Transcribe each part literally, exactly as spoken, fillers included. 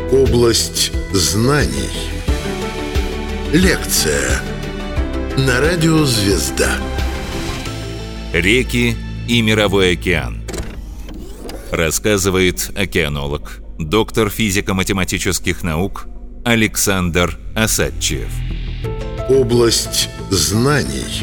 Область знаний. Лекция на радио «Звезда». Реки и мировой океан. Рассказывает океанолог, доктор физико-математических наук Александр Осадчиев. Область знаний.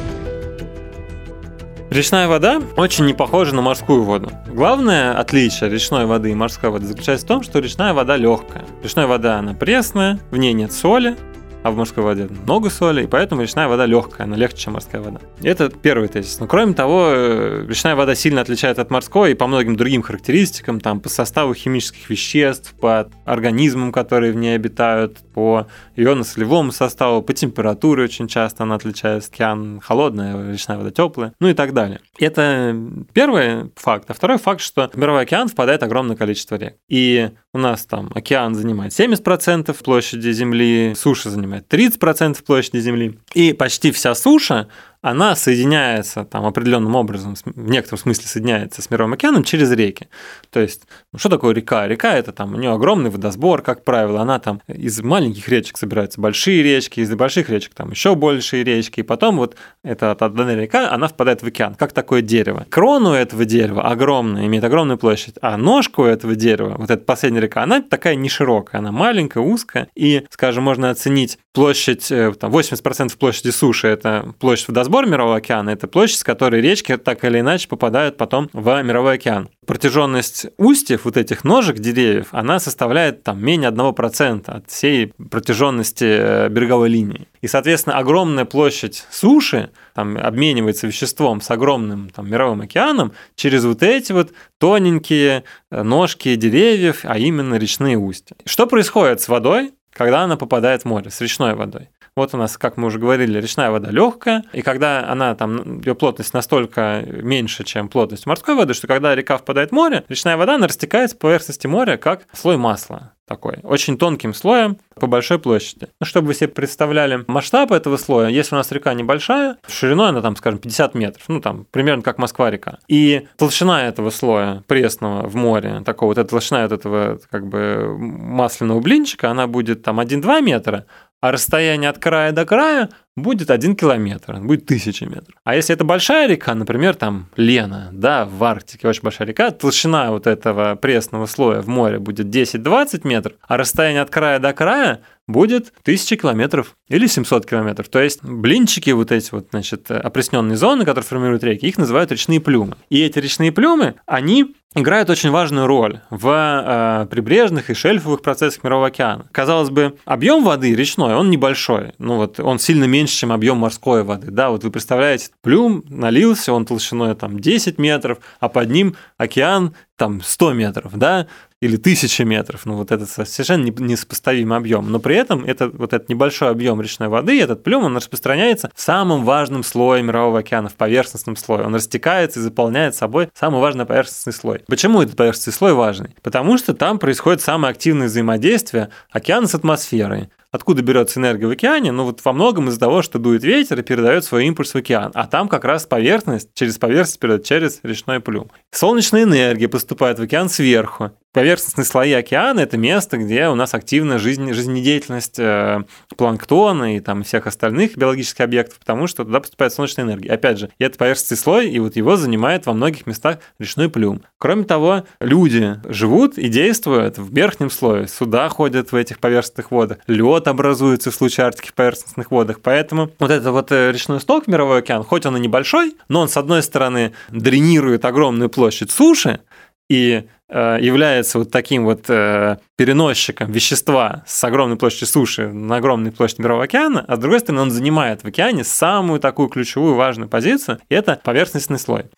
Речная вода очень не похожа на морскую воду. Главное отличие речной воды и морской воды заключается в том, что речная вода легкая. Речная вода, она пресная, в ней нет соли, а в морской воде много соли, и поэтому речная вода легкая, она легче, чем морская вода. Это первый тезис. Но кроме того, речная вода сильно отличается от морской и по многим другим характеристикам, там, по составу химических веществ, по организмам, которые в ней обитают, по ионно-солевому составу, по температуре очень часто она отличается. Океан холодная, речная вода теплая, ну и так далее. Это первый факт. А второй факт, что в мировой океан впадает огромное количество рек. И у нас там океан занимает семьдесят процентов площади Земли, суша занимает тридцать процентов площади Земли. И почти вся суша, она соединяется там определенным образом, в некотором смысле соединяется с мировым океаном через реки. То есть, ну, что такое река? Река – это там у нее огромный водосбор, как правило, она там из маленьких речек собираются большие речки, из больших речек там еще большие речки, и потом вот эта одна река, она впадает в океан, как такое дерево. Крону этого дерева огромная, имеет огромную площадь, а ножку этого дерева, вот эта последняя река, она такая не широкая, она маленькая, узкая, и, скажем, можно оценить площадь, там, восемьдесят процентов площади суши – это площадь водосбора мирового океана, это площадь, с которой речки так или иначе попадают потом в мировой океан. Протяженность устьев вот этих ножек деревьев, она составляет там менее одного процента от всей протяженности береговой линии. И, соответственно, огромная площадь суши там обменивается веществом с огромным там мировым океаном через вот эти вот тоненькие ножки деревьев, а именно речные устья. Что происходит с водой, когда она попадает в море, с речной водой? Вот у нас, как мы уже говорили, речная вода легкая, и когда она там, ее плотность настолько меньше, чем плотность морской воды, что когда река впадает в море, речная вода, она растекается по поверхности моря, как слой масла. Такой, очень тонким слоем по большой площади. Ну, чтобы вы себе представляли масштаб этого слоя, если у нас река небольшая, шириной она там, скажем, пятьдесят метров, ну там примерно как Москва-река. И толщина этого слоя пресного в море, такого вот эта толщина вот этого как бы масляного блинчика, она будет там один-два метра, а расстояние от края до края будет один километр, будет тысяча метров. А если это большая река, например, там Лена, да, в Арктике очень большая река, толщина вот этого пресного слоя в море будет десять-двадцать метров, а расстояние от края до края будет тысяча километров или семьсот километров. То есть блинчики, вот эти вот, значит, опресненные зоны, которые формируют реки, их называют речные плюмы. И эти речные плюмы, они играют очень важную роль в э, прибрежных и шельфовых процессах мирового океана. Казалось бы, объем воды речной, он небольшой, ну вот он сильно меньше, чем объем морской воды. Да, вот вы представляете, плюм налился, он толщиной там десять метров, а под ним океан там сто метров, да, или тысяча метров, ну вот это совершенно несопоставимый объем, но при этом это, вот этот небольшой объем речной воды, этот плюм, он распространяется в самом важном слое мирового океана, в поверхностном слое, он растекается и заполняет собой самый важный поверхностный слой. Почему этот поверхностный слой важный? Потому что там происходит самое активное взаимодействие океана с атмосферой. Откуда берется энергия в океане? Ну вот во многом из-за того, что дует ветер и передает свой импульс в океан. А там как раз поверхность, через поверхность передает через речной плюм. Солнечная энергия поступает в океан сверху. Поверхностные слои океана – это место, где у нас активная жизнь, жизнедеятельность э, планктона и там всех остальных биологических объектов, потому что туда поступает солнечная энергия. Опять же, это поверхностный слой, и вот его занимает во многих местах речной плюм. Кроме того, люди живут и действуют в верхнем слое. Суда ходят в этих поверхностных водах, лед образуется в случае Арктики в поверхностных водах. Поэтому вот этот вот речной сток, мировой океан, хоть он и небольшой, но он, с одной стороны, дренирует огромную площадь суши, и э, является вот таким вот э, переносчиком вещества с огромной площадью суши на огромной площади мирового океана, а с другой стороны он занимает в океане самую такую ключевую важную позицию, и это поверхностный слой.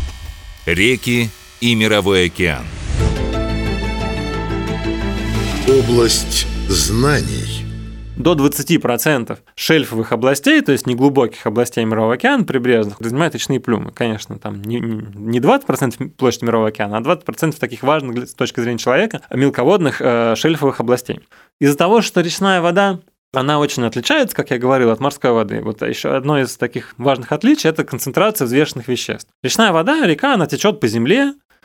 Реки и мировой океан. Область знаний. До двадцати процентов шельфовых областей, то есть неглубоких областей мирового океана, прибрежных, занимают речные плюмы. Конечно, там не двадцать процентов площади мирового океана, а двадцать процентов таких важных с точки зрения человека мелководных э, шельфовых областей. Из-за того, что речная вода, она очень отличается, как я говорил, от морской воды. Вот еще одно из таких важных отличий – это концентрация взвешенных веществ. Речная вода, река, она течет по земле,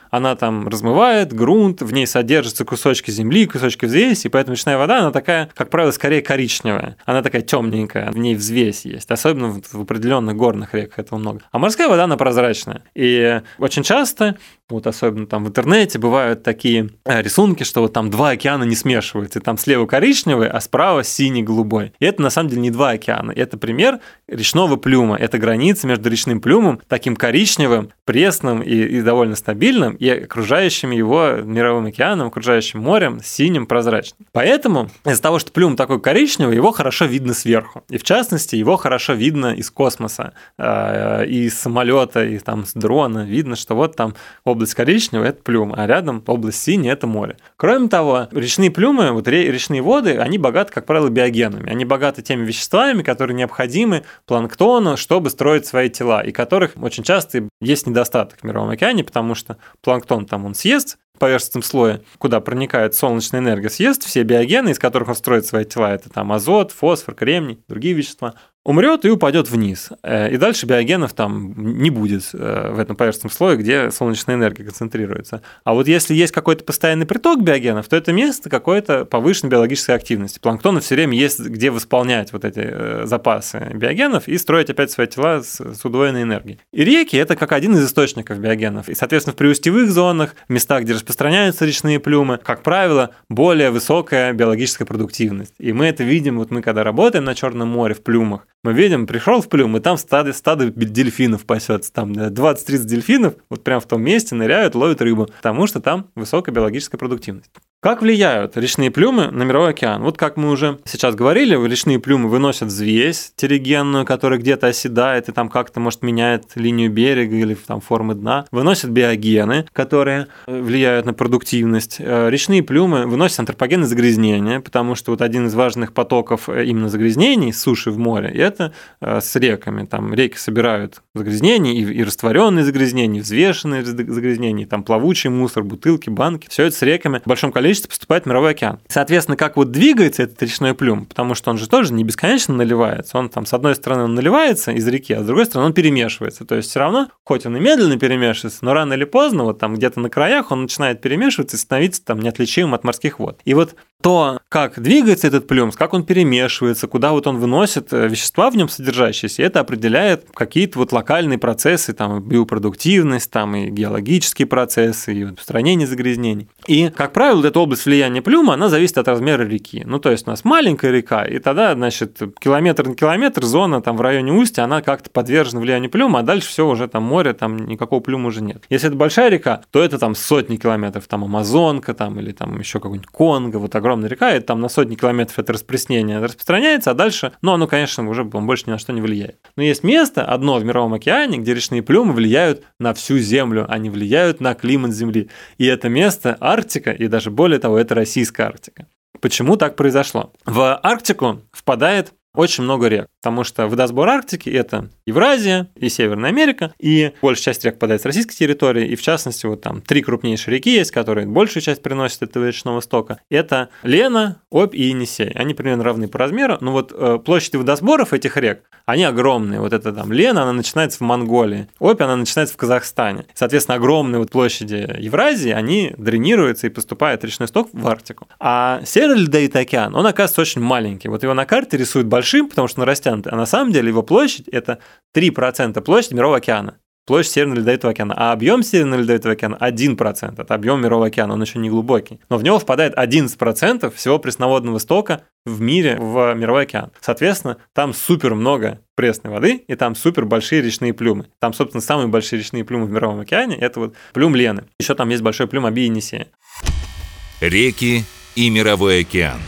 она там размывает грунт, в ней содержатся кусочки земли, кусочки взвеси, и поэтому речная вода, она такая, как правило, скорее коричневая. Она такая темненькая, в ней взвесь есть, особенно в определенных горных реках этого много. А морская вода, она прозрачная. И очень часто, вот особенно там в интернете, бывают такие рисунки, что вот там два океана не смешиваются, и там слева коричневый, а справа синий-голубой. И это на самом деле не два океана. Это пример речного плюма. Это граница между речным плюмом, таким коричневым, пресным и, и довольно стабильным, и окружающим его мировым океаном, окружающим морем, синим, прозрачным. Поэтому из-за того, что плюм такой коричневый, его хорошо видно сверху. И в частности, его хорошо видно из космоса, э, из самолета, и там с дрона. Видно, что вот там область коричневая – это плюм, а рядом область синяя – это море. Кроме того, речные плюмы, вот речные воды, они богаты, как правило, биогенами. Они богаты теми веществами, которые необходимы планктону, чтобы строить свои тела, и которых очень часто есть недостаток в Мировом океане, потому что планктон там он съест в поверхностном слое, куда проникает солнечная энергия, съест все биогены, из которых он строит свои тела. Это там азот, фосфор, кремний, другие вещества. Умрет и упадет вниз. И дальше биогенов там не будет в этом поверхностном слое, где солнечная энергия концентрируется. А вот если есть какой-то постоянный приток биогенов, то это место какой-то повышенной биологической активности. Планктону все время есть где восполнять вот эти запасы биогенов и строить опять свои тела с, с удвоенной энергией. И реки – это как один из источников биогенов. И, соответственно, в приустьевых зонах, в местах, где распространяются речные плюмы, как правило, более высокая биологическая продуктивность. И мы это видим, вот мы когда работаем на Черном море в плюмах, мы видим, пришел в плюм, и там стадо, стадо дельфинов пасется, там двадцать-тридцать дельфинов вот прямо в том месте ныряют, ловят рыбу, потому что там высокая биологическая продуктивность. Как влияют речные плюмы на Мировой океан? Вот как мы уже сейчас говорили, речные плюмы выносят взвесь терригенную, которая где-то оседает и там как-то, может, меняет линию берега или там формы дна. Выносят биогены, которые влияют на продуктивность. Речные плюмы выносят антропогенные загрязнения, потому что вот один из важных потоков именно загрязнений с суши в море – это с реками. Там реки собирают загрязнения, и, и растворенные загрязнения, и взвешенные загрязнения, и там плавучий мусор, бутылки, банки. Все это с реками в большом количестве поступает в Мировой океан. Соответственно, как вот двигается этот речной плюм, потому что он же тоже не бесконечно наливается, он там с одной стороны он наливается из реки, а с другой стороны он перемешивается. То есть все равно, хоть он и медленно перемешивается, но рано или поздно, вот там где-то на краях он начинает перемешиваться и становиться там неотличимым от морских вод. И вот то, как двигается этот плюм, как он перемешивается, куда вот он выносит вещества в нем содержащиеся, это определяет какие-то вот локальные процессы, там биопродуктивность, там и геологические процессы, и устранение загрязнений. И, как правило, эта область влияния плюма, она зависит от размера реки. Ну, то есть у нас маленькая река, и тогда, значит, километр на километр зона там в районе устья, она как-то подвержена влиянию плюма, а дальше все уже там море, там никакого плюма уже нет. Если это большая река, то это там сотни километров, там Амазонка, там или там еще какой-нибудь Конго, вот огромная река, и там на сотни километров это распреснение распространяется, а дальше, ну, оно, конечно, уже больше ни на что не влияет. Но есть место, одно в Мировом океане, где речные плюмы влияют на всю Землю, они влияют на климат Земли. И это место Арктика, и даже более того, это российская Арктика. Почему так произошло? В Арктику впадает очень много рек, потому что водосбор Арктики – это Евразия и Северная Америка, и большая часть рек впадает с российской территории, и в частности, вот там три крупнейшие реки есть, которые большую часть приносят этого речного стока. Это Лена, Обь и Енисей. Они примерно равны по размеру, но вот э, площади водосборов этих рек, они огромные. Вот это там Лена, она начинается в Монголии, Обь, она начинается в Казахстане. Соответственно, огромные вот площади Евразии, они дренируются и поступает речной сток в Арктику. А Северный Ледовитый океан, он оказывается очень маленький. Вот его на карте рисуют большим, потому что он растянутый, а на самом деле его площадь – это три процента площади Мирового океана. Площадь Северного Ледовитого океана. А объем Северного Ледовитого океана один процент. Это объем Мирового океана, он еще не глубокий. Но в него впадает одиннадцать процентов всего пресноводного стока в мире в Мировой океан. Соответственно, там супер много пресной воды, и там супер большие речные плюмы. Там, собственно, самые большие речные плюмы в Мировом океане – это вот плюм Лены. Еще там есть большой плюм Оби и Енисея. Реки и Мировой океан.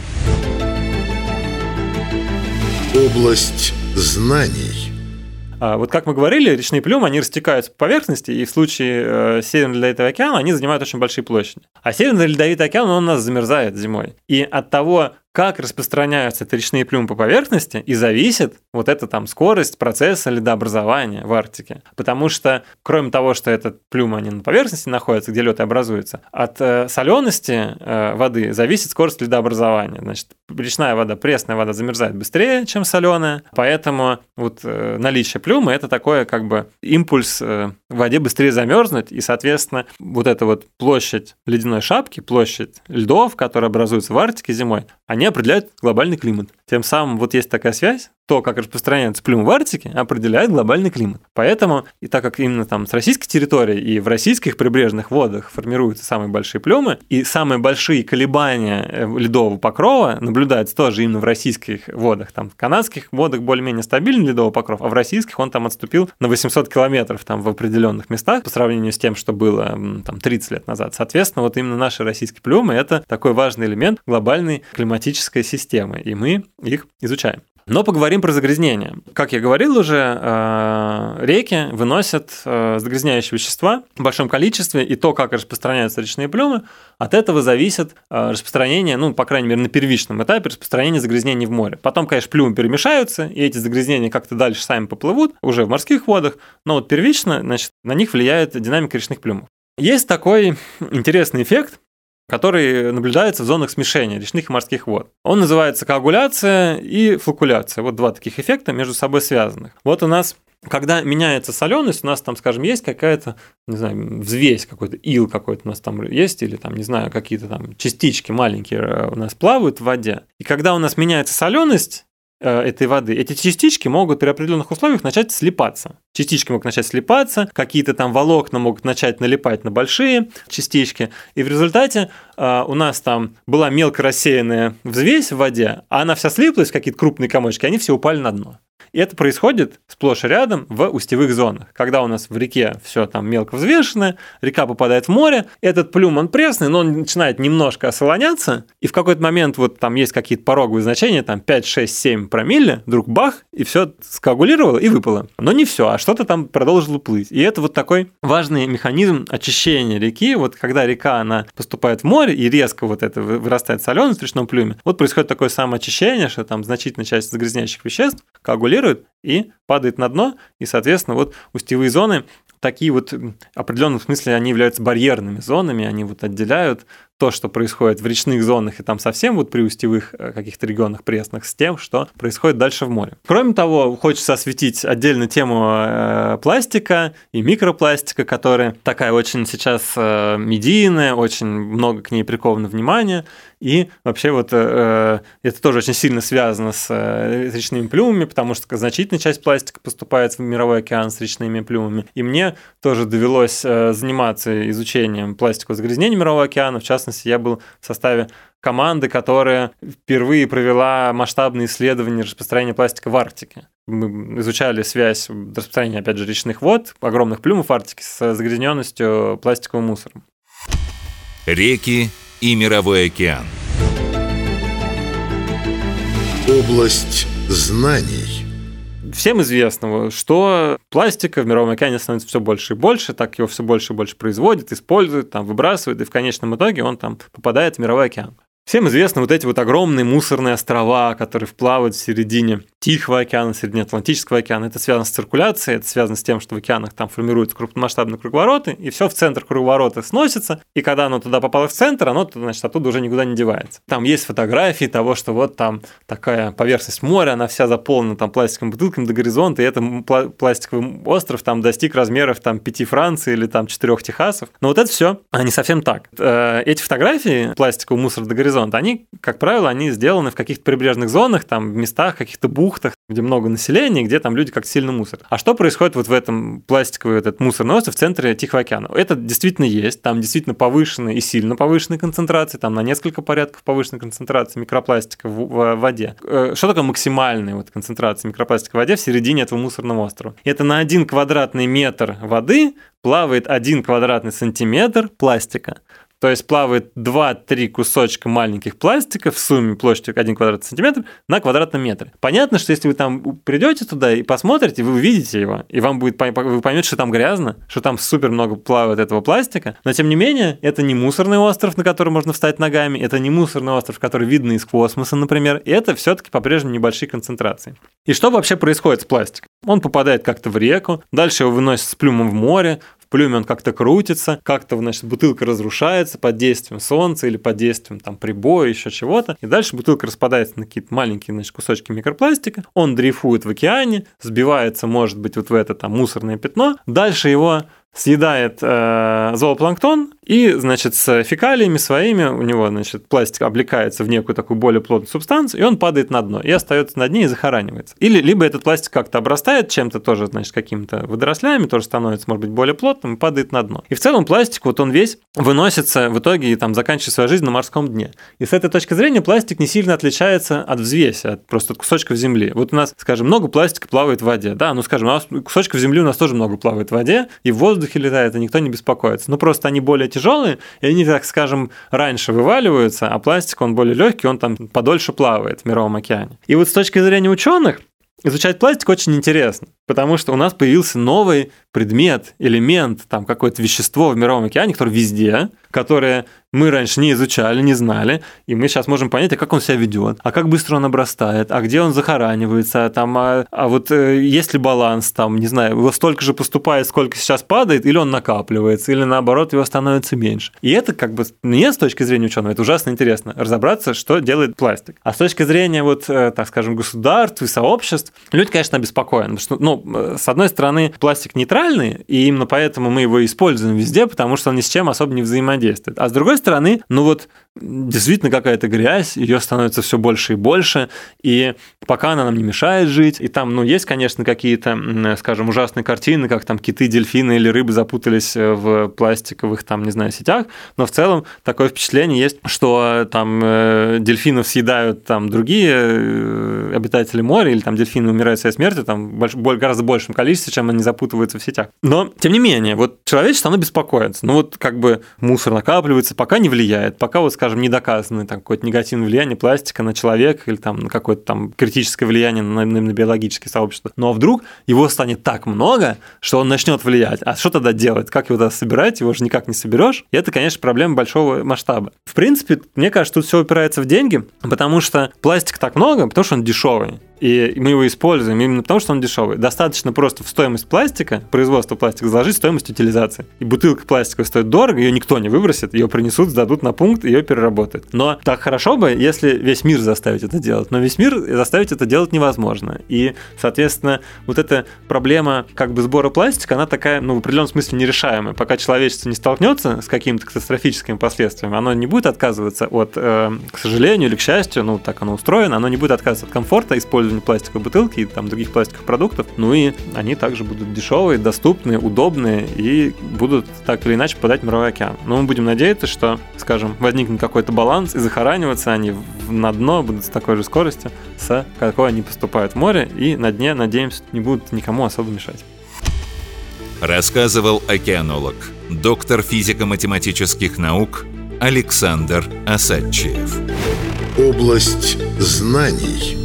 Область знаний. Вот как мы говорили, речные плюмы, они растекаются по поверхности, и в случае Северного Ледовитого океана они занимают очень большие площади. А Северный Ледовитый океан, он у нас замерзает зимой. И от того, как распространяются эти речные плюмы по поверхности, и зависит вот эта там скорость процесса ледообразования в Арктике. Потому что, кроме того, что этот плюм, они на поверхности находятся, где лед и образуется, от э, солености э, воды зависит скорость ледообразования. Значит, речная вода, пресная вода замерзает быстрее, чем соленая, поэтому вот э, наличие плюма – это такое как бы импульс э, в воде быстрее замерзнуть, и, соответственно, вот эта вот площадь ледяной шапки, площадь льдов, которые образуются в Арктике зимой, они определяют глобальный климат. Тем самым вот есть такая связь, то, как распространяется плюм в Арктике, определяет глобальный климат. Поэтому, и так как именно там с российской территории и в российских прибрежных водах формируются самые большие плюмы, и самые большие колебания ледового покрова наблюдаются тоже именно в российских водах. Там в канадских водах более-менее стабильный ледовый покров, а в российских он там отступил на восемьсот километров там в определенных местах по сравнению с тем, что было там тридцать лет назад. Соответственно, вот именно наши российские плюмы – это такой важный элемент глобальной климатической системы, и мы их изучаем. Но поговорим про загрязнение. Как я говорил уже, реки выносят загрязняющие вещества в большом количестве, и то, как распространяются речные плюмы, от этого зависит распространение, ну, по крайней мере, на первичном этапе распространение загрязнений в море. Потом, конечно, плюмы перемешаются, и эти загрязнения как-то дальше сами поплывут, уже в морских водах, но вот первично, значит, на них влияет динамика речных плюмов. Есть такой интересный эффект, который наблюдается в зонах смешения речных и морских вод. Он называется коагуляция и флокуляция. Вот два таких эффекта между собой связанных. Вот у нас, когда меняется соленость, у нас там, скажем, есть какая-то, не знаю, взвесь какой-то, ил какой-то у нас там есть, или там, не знаю, какие-то там частички маленькие у нас плавают в воде. И когда у нас меняется соленость этой воды, эти частички могут при определенных условиях начать слипаться. Частички могут начать слипаться, какие-то там волокна могут начать налипать на большие частички, и в результате э, у нас там была мелко рассеянная взвесь в воде, а она вся слиплась в какие-то крупные комочки, они все упали на дно. И это происходит сплошь и рядом в устьевых зонах. Когда у нас в реке все там мелко взвешено, река попадает в море, этот плюм, он пресный, но он начинает немножко осолоняться, и в какой-то момент вот там есть какие-то пороговые значения, там пять, шесть, семь промилле, вдруг бах, и все скоагулировало и выпало. Но не все, а что-то там продолжило плыть. И это вот такой важный механизм очищения реки. Вот когда река, она поступает в море, и резко вот это вырастает соленость в речном плюме, вот происходит такое самоочищение, что там значительная часть загрязняющих веществ коагулирует и падает на дно, и, соответственно, вот устьевые зоны, такие вот в определенном смысле они являются барьерными зонами, они вот отделяют то, что происходит в речных зонах и там совсем вот при устьевых каких-то регионах пресных с тем, что происходит дальше в море. Кроме того, хочется осветить отдельно тему пластика и микропластика, которая такая очень сейчас медийная, очень много к ней приковано внимание, и вообще вот это тоже очень сильно связано с речными плюмами, потому что значительная часть пластика поступает в мировой океан с речными плюмами, и мне тоже довелось заниматься изучением пластикового загрязнения мирового океана, в частности, я был в составе команды, которая впервые провела масштабные исследования распространения пластика в Арктике. Мы изучали связь распространения, опять же, речных вод, огромных плюмов в Арктике с загрязненностью пластиковым мусором. Реки и мировой океан. Область знаний. Всем известно, что пластика в мировом океане становится все больше и больше, так его все больше и больше производят, используют, там, выбрасывают, и в конечном итоге он там попадает в мировой океан. Всем известны вот эти вот огромные мусорные острова, которые вплавают в середине Тихого океана, в середине Атлантического океана. Это связано с циркуляцией, это связано с тем, что в океанах там формируются крупномасштабные круговороты, и все в центр круговорота сносится, и когда оно туда попало в центр, оно, значит, оттуда уже никуда не девается. Там есть фотографии того, что вот там такая поверхность моря, она вся заполнена там пластиковыми бутылками до горизонта, и этот пластиковый остров там достиг размеров там пяти Франций или там четырех Техасов. Но вот это все не совсем так. Эти фотографии пластикового мусора до горизонта, они, как правило, они сделаны в каких-то прибрежных зонах, там, в местах, каких-то бухтах, где много населения, где там люди как сильно мусорят. А что происходит вот в этом пластиковый этот мусорный остров в центре Тихого океана? Это действительно есть, там действительно повышенные и сильно повышенные концентрации, там на несколько порядков повышенной концентрации микропластика в, в воде. Что такое максимальная вот концентрация микропластика в воде в середине этого мусорного острова? Это на один квадратный метр воды плавает один квадратный сантиметр пластика. То есть плавает два-три кусочка маленьких пластика в сумме площадью один квадратный сантиметр на квадратном метре. Понятно, что если вы там придете туда и посмотрите, вы увидите его, и вам будет, вы поймете, что там грязно, что там супер много плавает этого пластика, но тем не менее, это не мусорный остров, на который можно встать ногами, это не мусорный остров, который видно из космоса, например, и это все-таки по-прежнему небольшие концентрации. И что вообще происходит с пластиком? Он попадает как-то в реку, дальше его выносят с плюмом в море, в плюме он как-то крутится, как-то, значит, бутылка разрушается под действием солнца или под действием там прибоя, еще чего-то, и дальше бутылка распадается на какие-то маленькие, значит, кусочки микропластика, он дрейфует в океане, сбивается, может быть, вот в это там мусорное пятно, дальше его съедает э, зоопланктон, и, значит, с фекалиями своими у него, значит, пластик облекается в некую такую более плотную субстанцию, и он падает на дно, и остается на дне и захоранивается. Или либо этот пластик как-то обрастает чем-то тоже, значит, какими-то водорослями, тоже становится, может быть, более плотным и падает на дно. И в целом пластик, вот он весь выносится в итоге и там заканчивает свою жизнь на морском дне. И с этой точки зрения пластик не сильно отличается от взвеси, от просто от кусочков земли. Вот у нас, скажем, много пластика плавает в воде, да, ну, скажем, у нас кусочков земли у нас тоже много плавает в воде, и в воздухе летает, и никто не беспокоится. Ну, просто они более тяжелые, и они, так скажем, раньше вываливаются, а пластик, он более легкий, он там подольше плавает в Мировом океане. И вот с точки зрения ученых, изучать пластик очень интересно, потому что у нас появился новый предмет, элемент, там какое-то вещество в Мировом океане, которое везде, которое мы раньше не изучали, не знали, и мы сейчас можем понять, а как он себя ведет, а как быстро он обрастает, а где он захоранивается, там, а, а вот э, есть ли баланс, там, не знаю, его столько же поступает, сколько сейчас падает, или он накапливается, или наоборот его становится меньше. И это как бы мне с точки зрения ученого это ужасно интересно, разобраться, что делает пластик. А с точки зрения вот, э, так скажем, государств и сообществ, люди, конечно, обеспокоены, потому что, ну, с одной стороны, пластик нейтральный, и именно поэтому мы его используем везде, потому что он ни с чем особо не взаимодействует. А с другой стороны, ну вот действительно какая-то грязь, ее становится все больше и больше, и пока она нам не мешает жить, и там, ну, есть, конечно, какие-то, скажем, ужасные картины, как там киты, дельфины или рыбы запутались в пластиковых, там, не знаю, сетях, но в целом такое впечатление есть, что там дельфинов съедают там другие обитатели моря, или там дельфины умирают своей смертью, там больш, гораздо большем количестве, чем они запутываются в сетях. Но, тем не менее, вот человечество, оно беспокоится. Ну, вот как бы мусор накапливается, пока не влияет, пока вот, скажем, не доказано там, какое-то негативное влияние пластика на человека или там на какое-то там критическое влияние на, на, на биологическое сообщество. Ну, а вдруг его станет так много, что он начнет влиять. А что тогда делать? Как его тогда собирать? Его же никак не соберешь. И это, конечно, проблема большого масштаба. В принципе, мне кажется, тут все упирается в деньги, потому что пластика так много, потому что он дешевый. И мы его используем именно потому, что он дешевый. Достаточно просто в стоимость пластика, производство пластика, заложить стоимость утилизации. И бутылка пластиковая стоит дорого, ее никто не выбросит, ее принесут, сдадут на пункт, ее переработают. Но так хорошо бы, если весь мир заставить это делать. Но весь мир заставить это делать невозможно. И, соответственно, вот эта проблема как бы сбора пластика, она такая, ну, в определенном смысле нерешаемая. Пока человечество не столкнется с какими-то катастрофическими последствиями, оно не будет отказываться от, э, к сожалению или к счастью, ну, так оно устроено, оно не будет отказываться от комфорта использования пластиковой бутылки и там других пластиковых продуктов, ну и они также будут дешевые, доступные, удобные и будут так или иначе попадать в Мировой океан. Но мы будем надеяться, что, скажем, возникнет какой-то баланс и захораниваться они на дно будут с такой же скоростью, с какой они поступают в море, и на дне, надеемся, не будут никому особо мешать. Рассказывал океанолог, доктор физико-математических наук Александр Осадчиев. Область знаний.